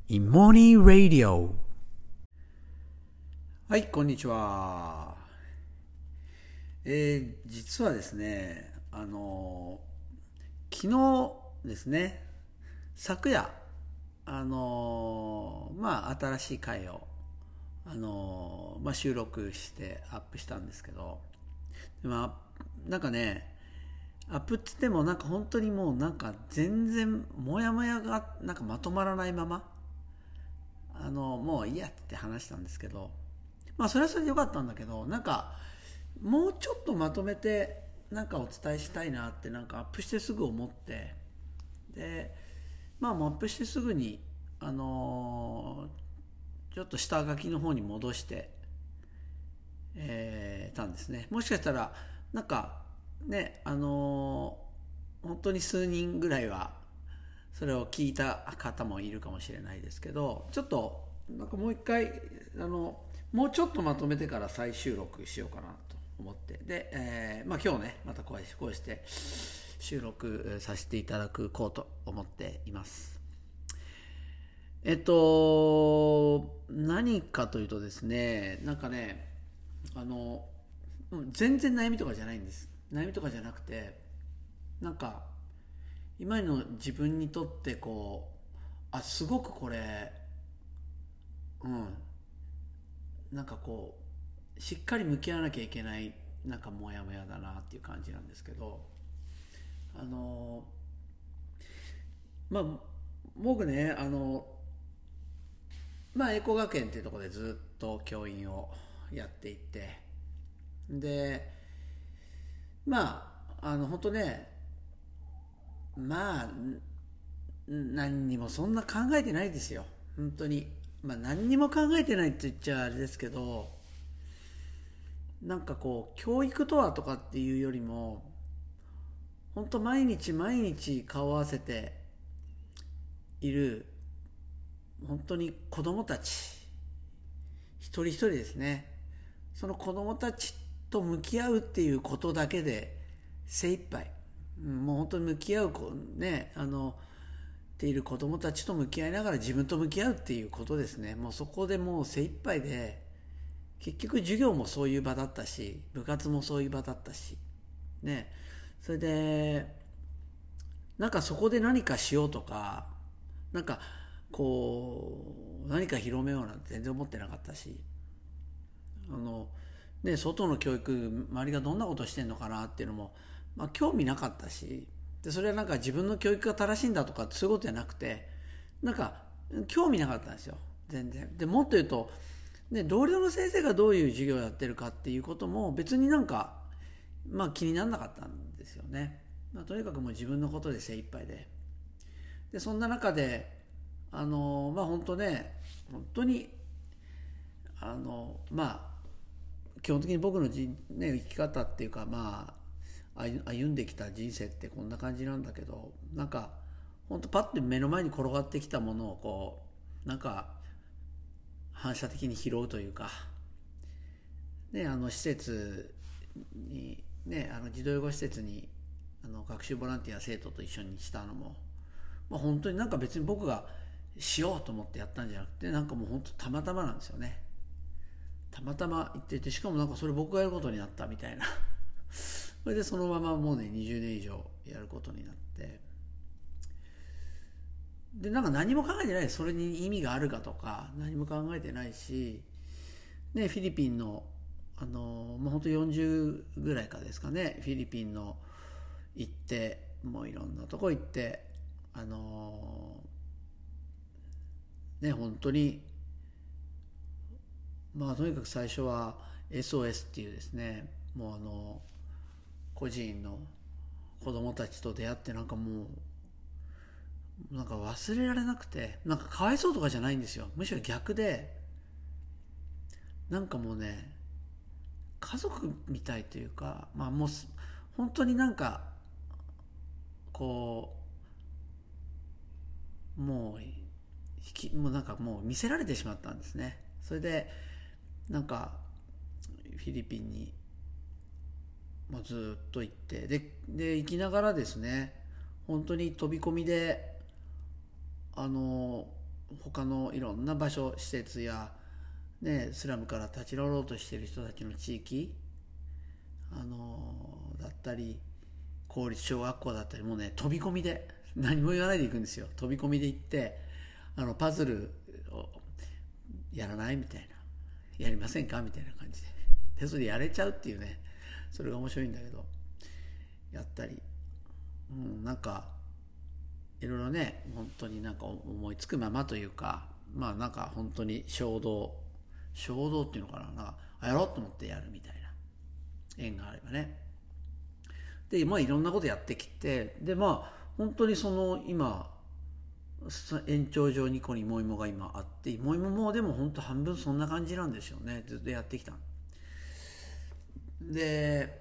In Morning Radio。 はい、こんにちは。実はですね、昨日ですね、昨夜、新しい回を、収録してアップしたんですけど、なんかね、アップって言っても本当にもう全然モヤモヤがまとまらないまま、もういいやって話したんですけど、それはそれでよかったんだけど、もうちょっとまとめてお伝えしたいなってアップしてすぐ思って、でもうアップしてすぐにちょっと下書きの方に戻して、たんですね。もしかしたらね本当に数人ぐらいはそれを聞いた方もいるかもしれないですけど、ちょっともう一回もうちょっとまとめてから再収録しようかなと思って、で、今日ねまたこうして収録させていただこうと思っています。何かというとですね、全然悩みとかじゃないんです。悩みとかじゃなくて、今の自分にとってすごくこれ、うんしっかり向き合わなきゃいけないモヤモヤだなっていう感じなんですけど、あのまあ僕ね栄光学園っていうところでずっと教員をやっていて、で本当ね、何にもそんな考えてないですよ本当に。何にも考えてないって言っちゃあれですけど、教育とはとかっていうよりも、本当毎日毎日顔を合わせている本当に子供たち一人一人ですね。その子供たちと向き合うっていうことだけで精一杯、もう本当に向き合うっている子供たちと向き合いながら自分と向き合うっていうことですね。もうそこでもう精一杯で、結局授業もそういう場だったし、部活もそういう場だったしね。それでそこで何かしようとか、なんか何か広めようなんて全然思ってなかったし、外の教育周りがどんなことしてんのかなっていうのも、興味なかったし、でそれは自分の教育が正しいんだとかそういうことじゃなくて、興味なかったんですよ全然。でもっと言うと、同僚の先生がどういう授業をやってるかっていうことも別に気にならなかったんですよね。とにかくもう自分のことで精一杯で、そんな中で本当ね、本当に基本的に僕の生き方っていうか、歩んできた人生ってこんな感じなんだけど、本当パッと目の前に転がってきたものを反射的に拾うというか、施設に児童養護施設に学習ボランティア生徒と一緒にしたのも、本当に別に僕がしようと思ってやったんじゃなくて、もう本当たまたまなんですよね。たまたま行ってて、しかもそれ僕がやることになったみたいなそれでそのままもうね20年以上やることになって、で何も考えてない。それに意味があるかとか何も考えてないし、フィリピンの本当40ぐらいからですかね、フィリピンの行って、もういろんなとこ行って、本当にとにかく最初は SOS っていうですね、もう個人の子供たちと出会って、もう忘れられなくて、かわいそうとかじゃないんですよ。むしろ逆で、もうね家族みたいというか、もう本当にこもうもう見せられてしまったんですね。それでフィリピンにもうずっと行って、行きながらですね、本当に飛び込みで他のいろんな場所、施設や、ね、スラムから立ち直ろうとしている人たちの地域、だったり公立小学校だったり、もうね飛び込みで何も言わないで行くんですよ。飛び込みで行って、パズルをやらないみたいな、やりませんかみたいな感じで、それでやれちゃうっていうね、それが面白いんだけど、やったり、なんかいろいろね、本当になんか思いつくままというか、まあなんか本当に衝動っていうのかな、なんかやろうと思ってやるみたいな縁があればね。で、まあいろんなことやってきて、でまあ本当にその今延長上にこの芋芋が今あって、芋芋もでも本当半分そんな感じなんですよね。ずっとやってきた。で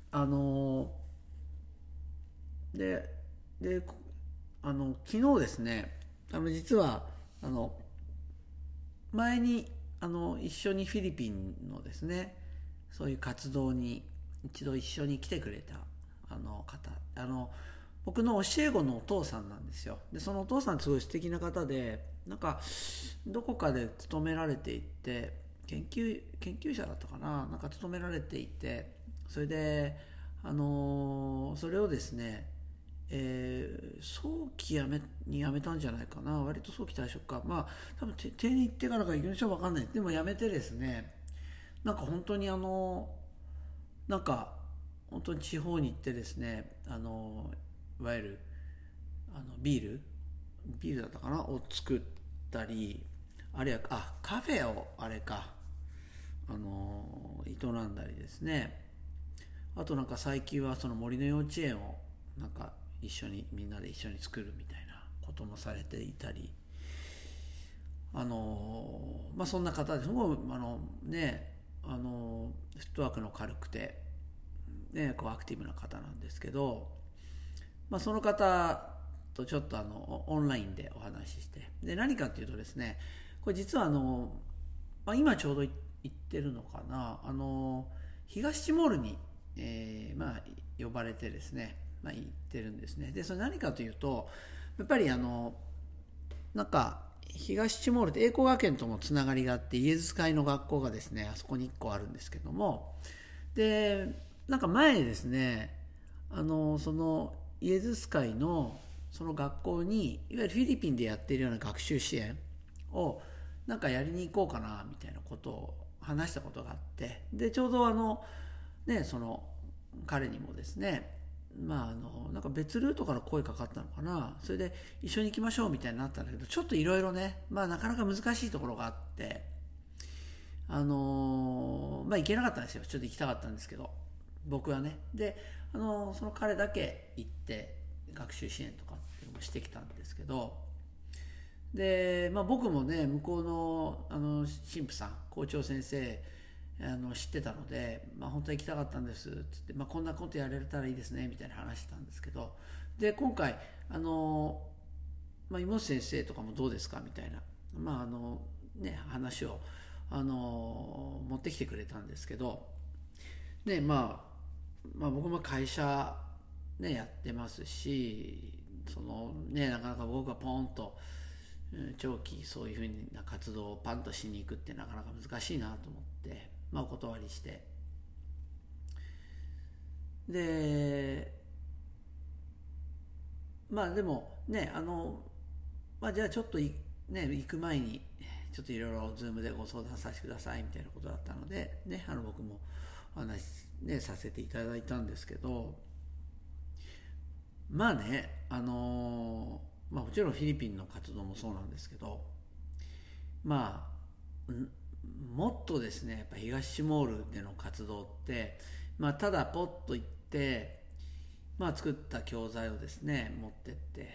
でで昨日ですね、実は前に一緒にフィリピンのですね、そういう活動に一度一緒に来てくれた方、僕の教え子のお父さんなんですよ。でそのお父さんすごい素敵な方で、なんかどこかで勤められていて、研究者だったかな、なんか勤められていて、それでそれをですね、早期に辞めたんじゃないかな、割と早期退職か、まあ多分定年行ってからか行くのか分かんない、でも辞めてですね、なんか本当になんか本当に地方に行ってですね、いわゆるビールだったかなを作ったり、あるいはカフェを営んだりですね、あとなんか最近はその森の幼稚園をなんかみんなで一緒に作るみたいなこともされていたり、まあそんな方ですごいね、フットワークの軽くてね、こうアクティブな方なんですけど、まあその方とちょっとオンラインでお話しして、で何かっていうとですね、これ実はまあ、今ちょうど行ってるのかな、東ティモールに、まあ呼ばれてですね、まあ、行ってるんですね。でそれ何かというと、やっぱりなんか東ティモールって栄光学園ともつながりがあって、イエズス会の学校がですねあそこに1個あるんですけども、でなんか前にですね、そのイエズス会のその学校にいわゆるフィリピンでやっているような学習支援をなんかやりに行こうかなみたいなことを話したことがあって、でちょうどね、その彼にもですね、まあなんか別ルートから声かかったのかな、それで一緒に行きましょうみたいになったんだけど、ちょっといろいろね、まあなかなか難しいところがあって、まあ行けなかったんですよ。ちょっと行きたかったんですけど、僕はね。でその彼だけ行って学習支援とかっていうのもしてきたんですけど、で、まあ、僕もね向こうの神父さん、校長先生知ってたので、まあ、本当は行きたかったんですっつって、まあ、こんなことやれたらいいですねみたいな話してたんですけど、で今回まあ、妹先生とかもどうですかみたいな、まあね、話を持ってきてくれたんですけど、ね、まあ僕も会社、ね、やってますし、ね、なかなか僕がポンと長期そういうふうな活動をパンとしに行くってなかなか難しいなと思って、まあ、お断りして、でまあでもねまあ、じゃあちょっとね、行く前にちょっといろいろズームでご相談させてくださいみたいなことだったので、ね、僕もお話、ね、させていただいたんですけど、まあねまあ、もちろんフィリピンの活動もそうなんですけど、まあもっとですね、やっぱ東ティモールでの活動って、まあ、ただポッと行って、まあ、作った教材をですね持ってって、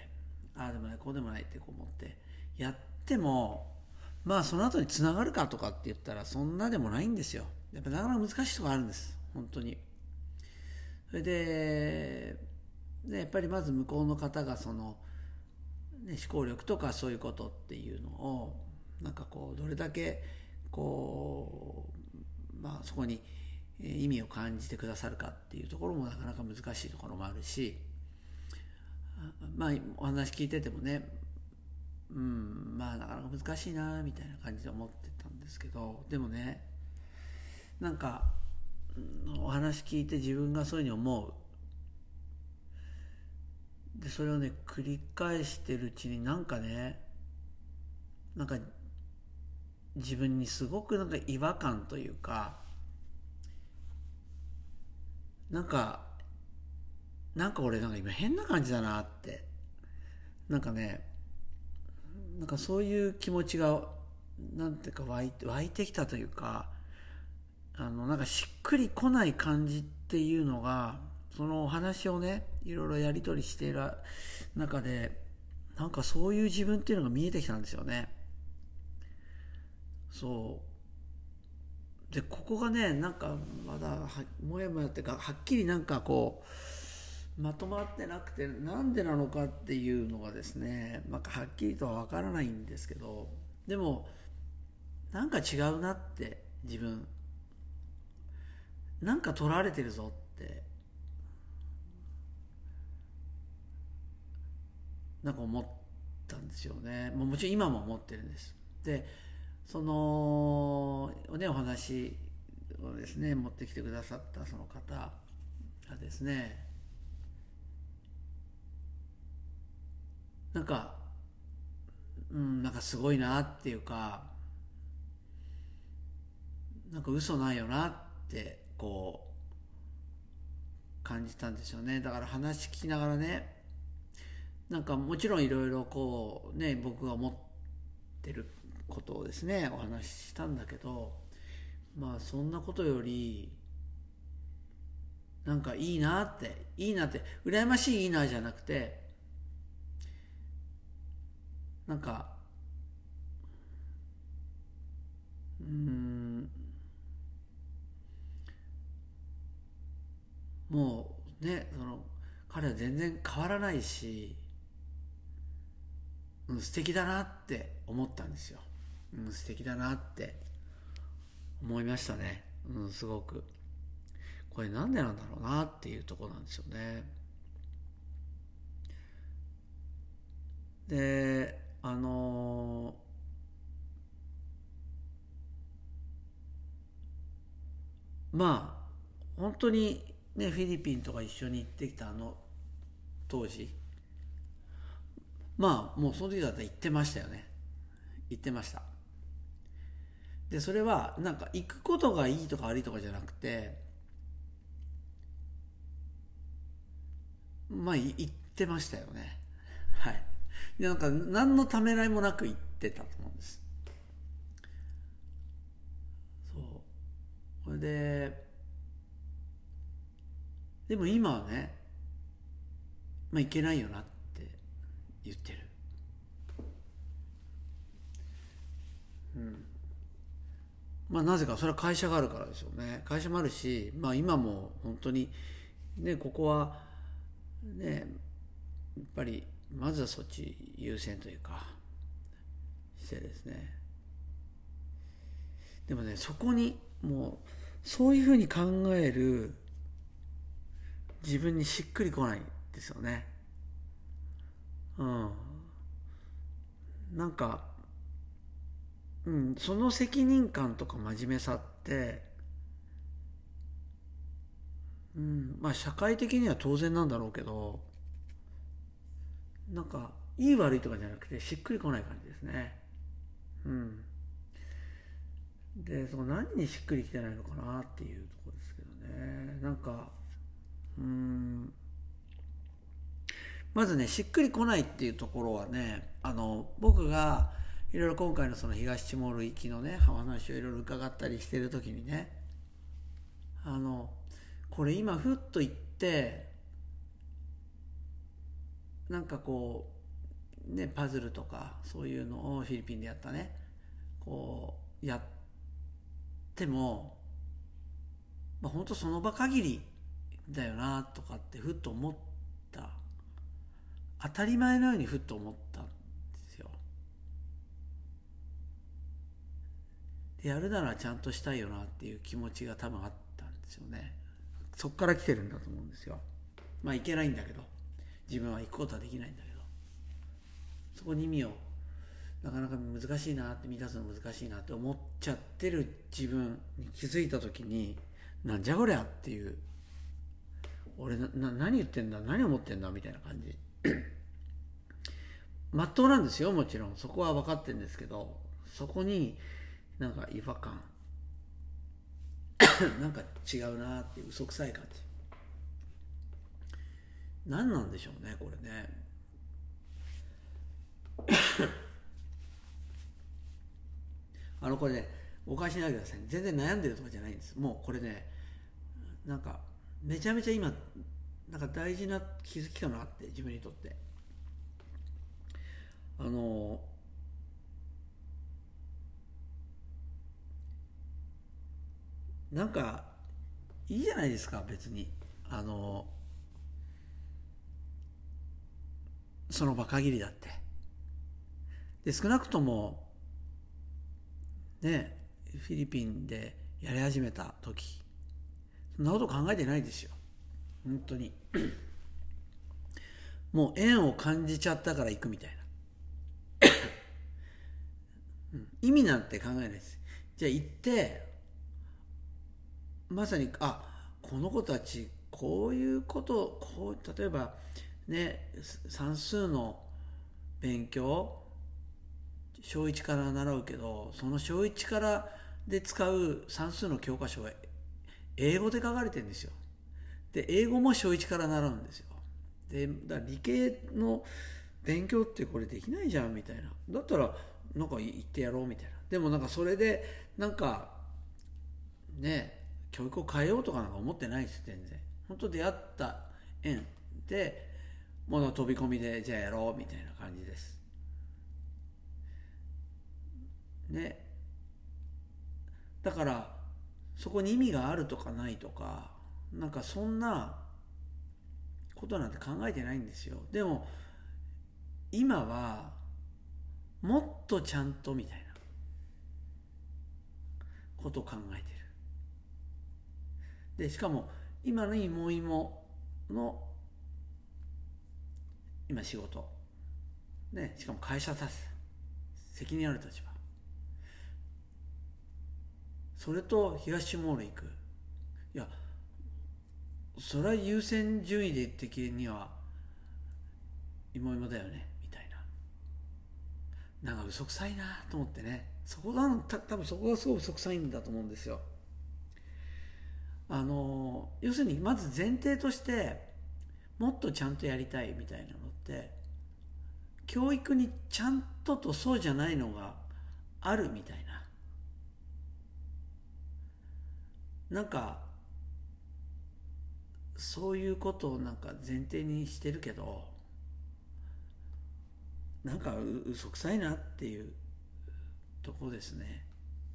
ああでもないこうでもないってこう持ってやっても、まあその後に繋がるかとかって言ったらそんなでもないんですよ。やっぱなかなか難しいところあるんです本当に。それでやっぱりまず向こうの方が思考力とかそういうことっていうのをなんかこうどれだけこう、まあ、そこに意味を感じてくださるかっていうところもなかなか難しいところもあるし、まあお話聞いててもね、 まあなかなか難しいなみたいな感じで思ってたんですけど、でもね、なんかお話聞いて自分がそういうふうに思う。でそれをね繰り返してるうちになんかね、なんか自分にすごくなんか違和感というか、なんか俺なんか今変な感じだなって、なんかね、なんかそういう気持ちがなんていうか湧いてきたというか、なんかしっくりこない感じっていうのが、そのお話をねいろいろやり取りしている中で、なんかそういう自分っていうのが見えてきたんですよね。そうで、ここがねなんかまだもやもやっていうか、はっきりなんかこうまとまってなくて、なんでなのかっていうのがですね、なんかはっきりとはわからないんですけど、でもなんか違うなって、自分なんか取られてるぞってなんか思ったんですよね。もちろん今も思ってるんです。でそのねお話をですね持ってきてくださったその方がですね、なんかなんかすごいなっていうか、なんか嘘ないよなってこう感じたんですよね。だから話聞きながらね、なんかもちろんいろいろこうね僕が思ってることをですねお話ししたんだけど、まあそんなことよりなんかいいなって羨ましいいいなじゃなくて、なんかうーんもうね彼は全然変わらないし、素敵だなって思ったんですよ。素敵だなって思いましたね。すごくこれなんでなんだろうなっていうところなんですよね。でまあ本当にねフィリピンとか一緒に行ってきた当時、まあもうその時だったら行ってましたよね。行ってました。でそれはなんか行くことがいいとか悪いとかじゃなくて、まあ行ってましたよね。はい。でなんか何のためらいもなく行ってたと思うんです。そうそれででも今はね、まあいけないよなって言ってる。まあなぜかそれは会社があるからですよね。会社もあるし、まあ今も本当にねここはねやっぱりまずはそっち優先というかしてですね。でもねそこにもうそういうふうに考える自分にしっくりこないんですよね。うん。なんか、その責任感とか真面目さって、まあ社会的には当然なんだろうけど、なんかいい悪いとかじゃなくてしっくりこない感じですね。うん。で、その何にしっくりきてないのかなっていうところですけどね。なんか、うん、まずね、しっくりこないっていうところはね、僕がいろいろ今回のその東チモール行きのね、お話をいろいろ伺ったりしてるときにね、あの、これ今ふっと言って、なんかこう、ね、パズルとかそういうのをフィリピンでやったね、こう、やっても、まあ、本当その場限りだよなとかってふっと思った。当たり前のようにふっと思ったんですよ。でやるならちゃんとしたいよなっていう気持ちが多分あったんですよね。そっから来てるんだと思うんですよ。まあ行けないんだけど、自分は行くことはできないんだけど、そこに意味をなかなか難しいなって満たすの難しいなって思っちゃってる自分に気づいた時に、なんじゃこりゃっていう、俺何言ってんだ、何思ってんだみたいな感じ。まっとうなんですよ、もちろんそこは分かってるんですけど、そこになんか違和感なんか違うなっていう嘘くさい感じ。何なんでしょうねこれね。これね、お返ししないでください。全然悩んでるとかじゃないんです。もうこれね、なんかめちゃめちゃ今なんか大事な気づきかなって、自分にとって。なんかいいじゃないですか別に。その場限りだって。で少なくともね、フィリピンでやり始めた時、そんなこと考えてないですよ本当に。もう縁を感じちゃったから行くみたいな、意味なんて考えないです。じゃあ行ってまさに、この子たちこういうこと例えばね、算数の勉強小1から習うけど、その小1からで使う算数の教科書は英語で書かれてるんですよ。で英語も小1から習うんですよ。でだから理系の勉強ってこれできないじゃんみたいな。だったらなんか言ってやろうみたいな。でもなんかそれでなんかね、教育を変えようとかなんか思ってないです全然。本当出会った縁でもの飛び込みでじゃあやろうみたいな感じですね。だからそこに意味があるとかないとか、なんかそんなことなんて考えてないんですよ。でも今はもっとちゃんとみたいなことを考えてる。でしかも今の妹の今仕事ね、しかも会社立つ責任ある立場、それと東モール行く。いやそれは優先順位で的には妹だよねみたいな。なんか嘘くさいなと思ってね。そこが多分そこがすごい嘘くさいんだと思うんですよ。要するにまず前提としてもっとちゃんとやりたいみたいなのって教育にちゃんととそうじゃないのがあるみたいな、なんかそういうことをなんか前提にしてるけど、なんか嘘くさいなっていうところですね。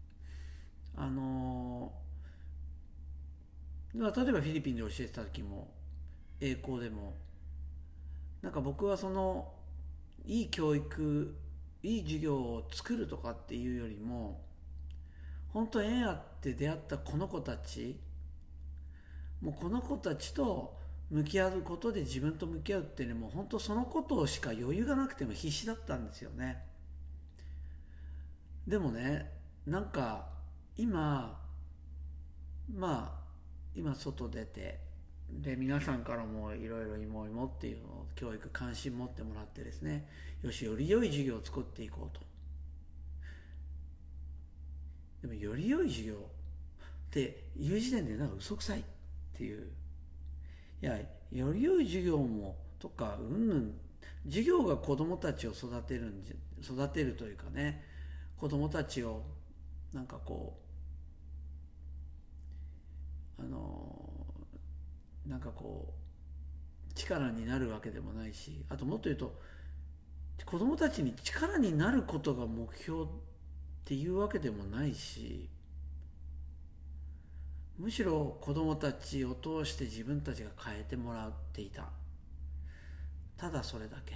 例えばフィリピンで教えてた時も英校でもなんか僕はそのいい教育いい授業を作るとかっていうよりも、本当縁あって出会ったこの子たち、もうこの子たちと向き合うことで自分と向き合うっていうのも本当そのことしか余裕がなくても必死だったんですよね。でもね、なんか今今外出てで皆さんからもいろいろ芋っていうのを教育関心持ってもらってですね、よしより良い授業を作っていこうと。でもより良い授業っていう時点でなんか嘘くさいっていう。いやより良い授業もとか授業が子どもたちを育てるというかね、子どもたちをなんかこうなんかこう力になるわけでもないし、あともっと言うと子どもたちに力になることが目標っていうわけでもないし、むしろ子どもたちを通して自分たちが変えてもらっていた、ただそれだけ。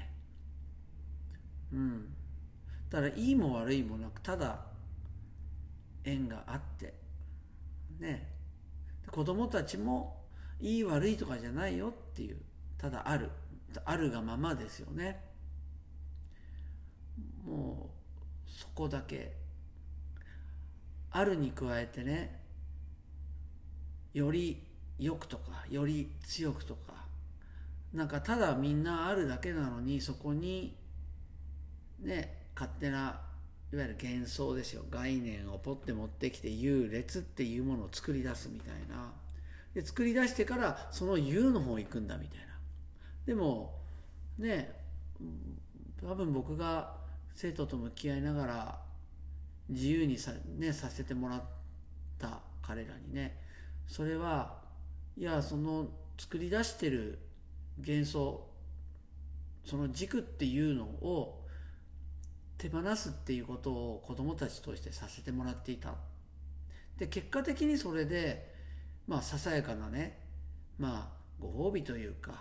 だからいいも悪いもなく、ただ縁があってね、子供たちもいい悪いとかじゃないよっていう、ただあるがままですよね。もこだけ、あるに加えてね、よりよくとかより強くとか、なんかただみんなあるだけなのに、そこにね、勝手ないわゆる幻想ですよ、概念をポッて持ってきて優劣っていうものを作り出すみたいな。で作り出してからその優の方行くんだみたいな。でもね、多分僕が生徒と向き合いながら自由にさせてもらった彼らにね、それはいや、その作り出してる幻想、その軸っていうのを手放すっていうことを子どもたちとしてさせてもらっていた。で結果的にそれでささやかなね、ご褒美というか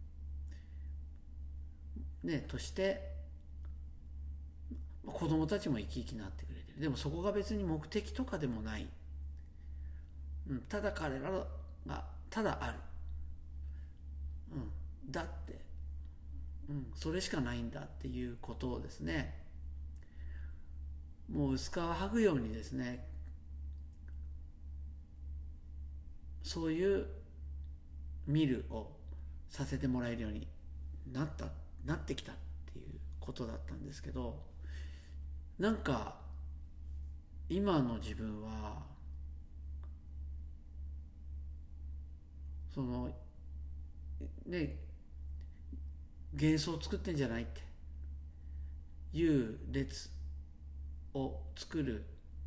ねとして子どもたちも生き生きになってくれてる。でもそこが別に目的とかでもない、ただ彼らがただある、だって、それしかないんだっていうことをですね、もう薄皮剥ぐようにですね、そういう見るをさせてもらえるようになってきたっていうことだったんですけど、なんか今の自分はそのね、幻想を作ってんじゃないって優劣を作る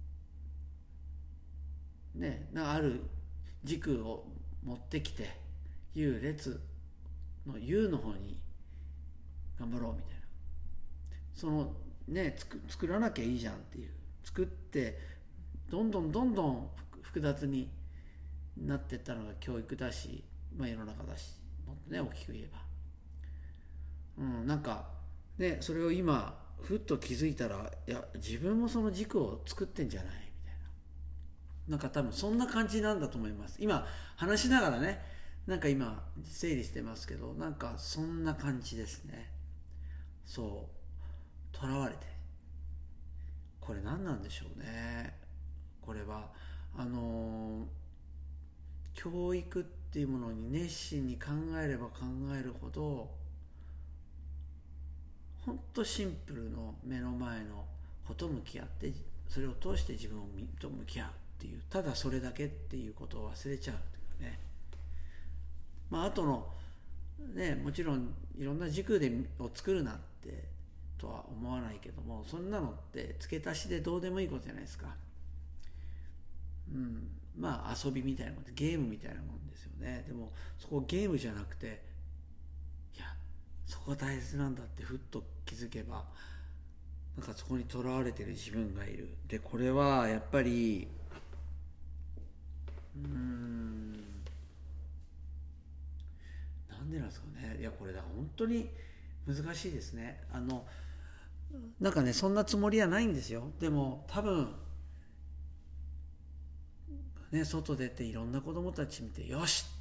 ね、ある軸を持ってきて優劣の優の方に頑張ろうみたいな、そのね作らなきゃいいじゃんっていう、作ってどんどん複雑になっていったのが教育だし、世の中だし、もっとね大きく言えば、なんかね、それを今ふっと気づいたら、いや自分もその軸を作ってんじゃないみたいな、なんか多分そんな感じなんだと思います。今話しながらね、なんか今整理してますけど、なんかそんな感じですね。そう囚われて、これ何なんでしょうね。これは教育っていうものに熱心に考えれば考えるほど、ほんとシンプルの目の前のこと向き合って、それを通して自分と向き合うっていう、ただそれだけっていうことを忘れちゃうというね。後のね、もちろんいろんな軸を作るなってとは思わないけども、そんなのって付け足しでどうでもいいことじゃないですか。遊びみたいなもんで、ゲームみたいなもんですよね。でもそこゲームじゃなくて、いやそこ大切なんだってふっと気づけば、なんかそこにとらわれてる自分がいる。でこれはやっぱりなんでなんですかね。いやこれだ本当に難しいですね。なんかね、そんなつもりはないんですよ。でも多分ね、外出ていろんな子供たち見て、よし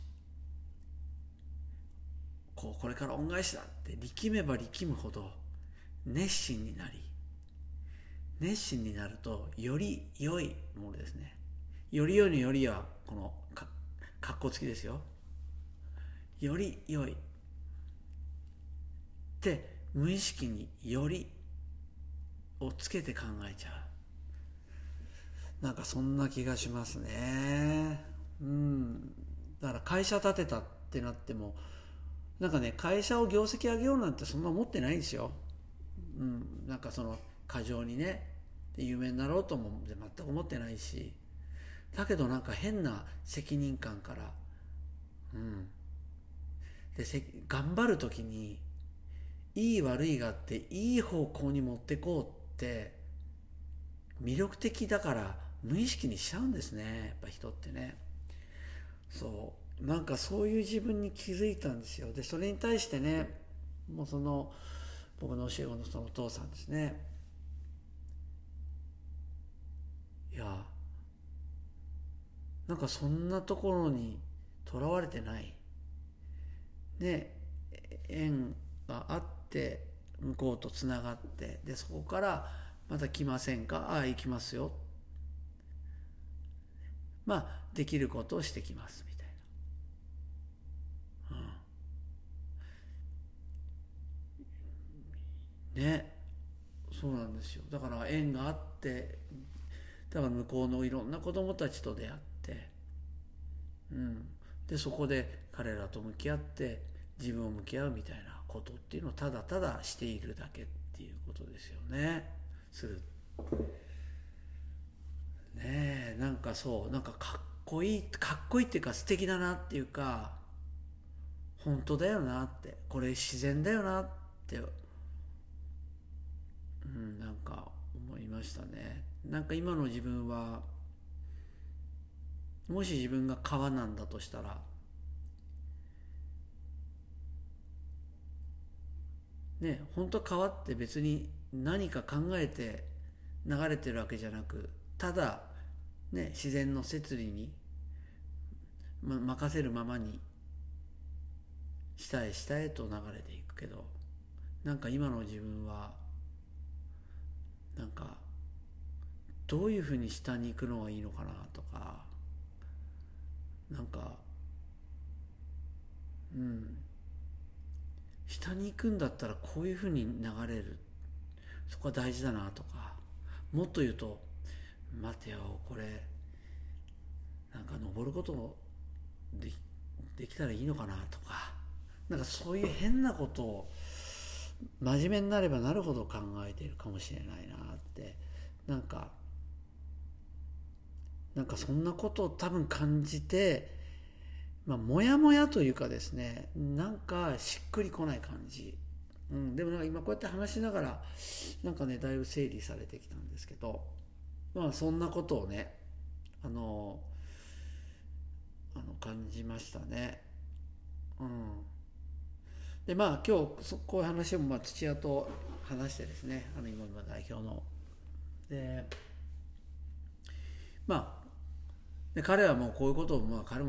これから恩返しだって力めば力むほど熱心になり、熱心になるとより良いものですね。より良いのよりはこのかっこつきですよ。より良いって無意識によりをつけて考えちゃう。なんかそんな気がしますね。だから会社建てたってなっても、なんかね、会社を業績上げようなんてそんな思ってないんですよ。なんかその過剰にね有名になろうとも全く思ってないし、だけどなんか変な責任感から、で頑張る時にいい悪いがあって、いい方向に持ってこうって魅力的だから無意識にしちゃうんですね、やっぱ人ってね。なんかそういう自分に気づいたんですよ。でそれに対してね、もうその僕の教え子のそのお父さんですね、いやなんかそんなところにとらわれてないね、縁があって向こうとつながって、でそこからまた来ませんか？ああ、行きますよ。まあできることをしてきますみたいな、ね。そうなんですよ。だから縁があって、だから向こうのいろんな子供たちと出会って、でそこで彼らと向き合って自分を向き合うみたいなことっていうのをただただしているだけっていうことですよね。するねえ、なんかそう、なんかかっこいい、かっこいいっていうか素敵だなっていうか、本当だよなって、これ自然だよなって、なんか思いましたね。なんか今の自分は、もし自分が川なんだとしたら、ね、本当川って別に何か考えて流れてるわけじゃなく、ただ、ね、自然の摂理に、任せるままに下へ下へと流れていくけど、なんか今の自分はなんかどういうふうに下に行くのがいいのかなとか、なんか下に行くんだったらこういうふうに流れる、そこは大事だなとか、もっと言うと、待てよこれなんか登ることでできたらいいのかなとか、なんかそういう変なことを真面目になればなるほど考えているかもしれないなって、なんかそんなことを多分感じて、もやもやというかですね、なんかしっくりこない感じ。でもなんか今こうやって話しながら、なんかね、だいぶ整理されてきたんですけど、そんなことをね、あの、感じましたね。うん。で、今日、こういう話を土屋と話してですね、今代表の。で、まあ、で彼はもうこういうことを、彼も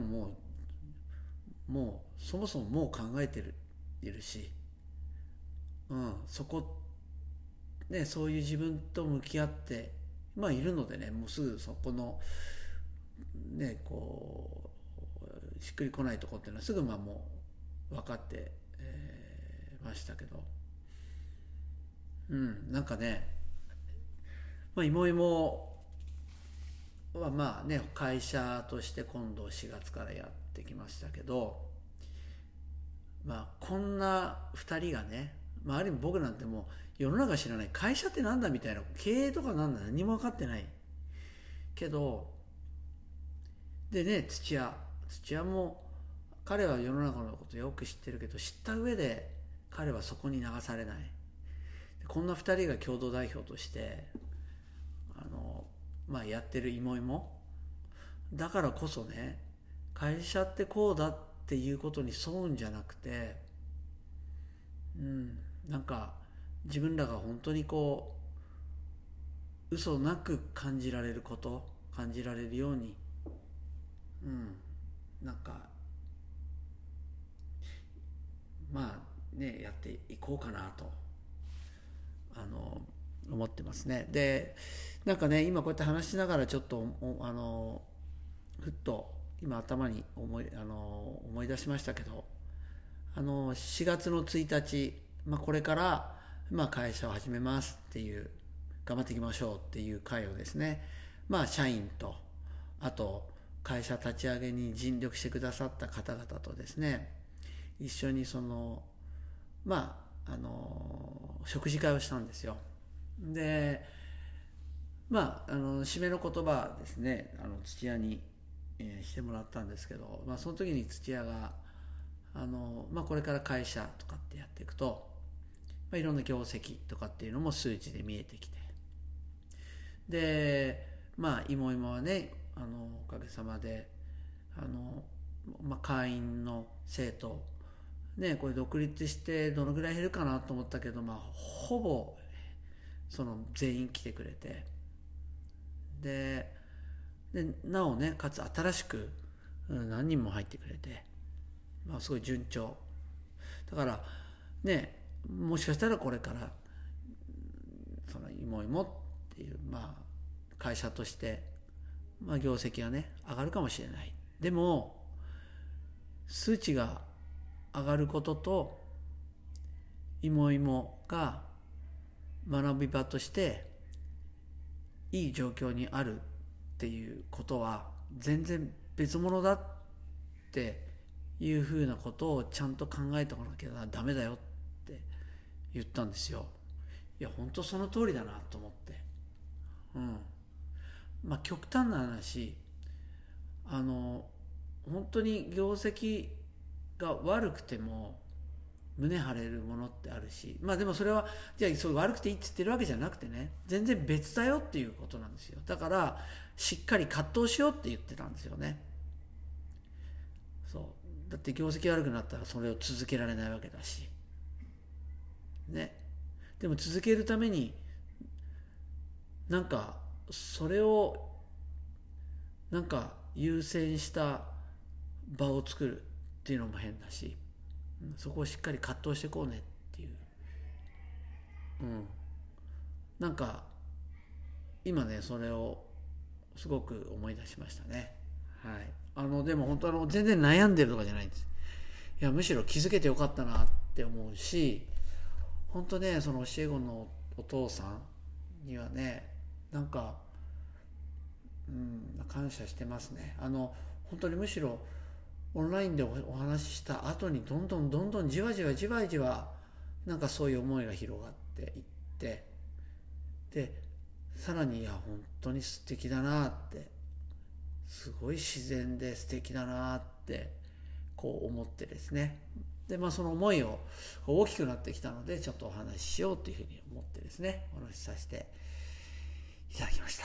もうそもそももう考えているし、そこね、そういう自分と向き合っているのでね、もうすぐそこのねこしっくりこないところっていうのはすぐもう分かって、ましたけど、なんかね、妹は会社として今度4月からやってきましたけど、こんな2人がね、ある意味僕なんてもう世の中知らない、会社ってなんだみたいな、経営とかなんだ何も分かってないけど、でね、土屋も彼は世の中のことよく知ってるけど、知った上で彼はそこに流されない。こんな2人が共同代表としてやってる芋だからこそね、会社ってこうだっていうことに沿うんじゃなくて、なんか自分らが本当にこう嘘なく感じられること、感じられるように、なんかやっていこうかなと思ってますね。で、なんかね、今こうやって話しながらちょっとふっと今頭に思い出しましたけど、4月の1日、これから会社を始めますっていう、頑張っていきましょうっていう会をですね、社員と、あと会社立ち上げに尽力してくださった方々とですね、一緒に食事会をしたんですよ。で、締めの言葉ですね、土屋に、してもらったんですけど、その時に土屋がこれから会社とかってやっていくと、いろんな業績とかっていうのも数値で見えてきて、で芋はね、おかげさまで会員の生徒ね、これ独立してどのぐらい減るかなと思ったけど、ほぼその全員来てくれて、でなおね、かつ新しく何人も入ってくれて、すごい順調だからね、もしかしたらこれからその芋っていう、会社として、業績がね上がるかもしれない。でも数値が上がることと芋芋が学び場としていい状況にあるっていうことは全然別物だっていうふうなことをちゃんと考えておかなきゃダメだよって言ったんですよ。いや本当その通りだなと思って、極端な話、本当に業績が悪くても胸張れるものってあるし、でもそれはじゃあそう悪くていいって言ってるわけじゃなくてね、全然別だよっていうことなんですよ。だからしっかり葛藤しようって言ってたんですよね。そうだって業績悪くなったらそれを続けられないわけだしね。でも続けるためにそれを優先した場を作るっていうのも変だし、そこをしっかり葛藤していこうねっていう、今ねそれをすごく思い出しましたね。でも本当全然悩んでるとかじゃないんです。いやむしろ気づけてよかったなって思うし、本当ねその教え子のお父さんにはね感謝してますね。本当にむしろオンラインでお話しした後にどんどんじわじわそういう思いが広がっていって、でさらにいや本当に素敵だなって、すごい自然で素敵だなって思ってですね。でその思いを大きくなってきたのでちょっとお話ししようというふうに思ってですねお話しさせていただきました。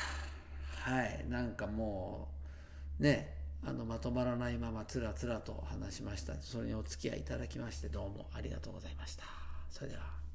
もうねまとまらないままつらつらと話しました。それにお付き合いいただきましてどうもありがとうございました。それでは。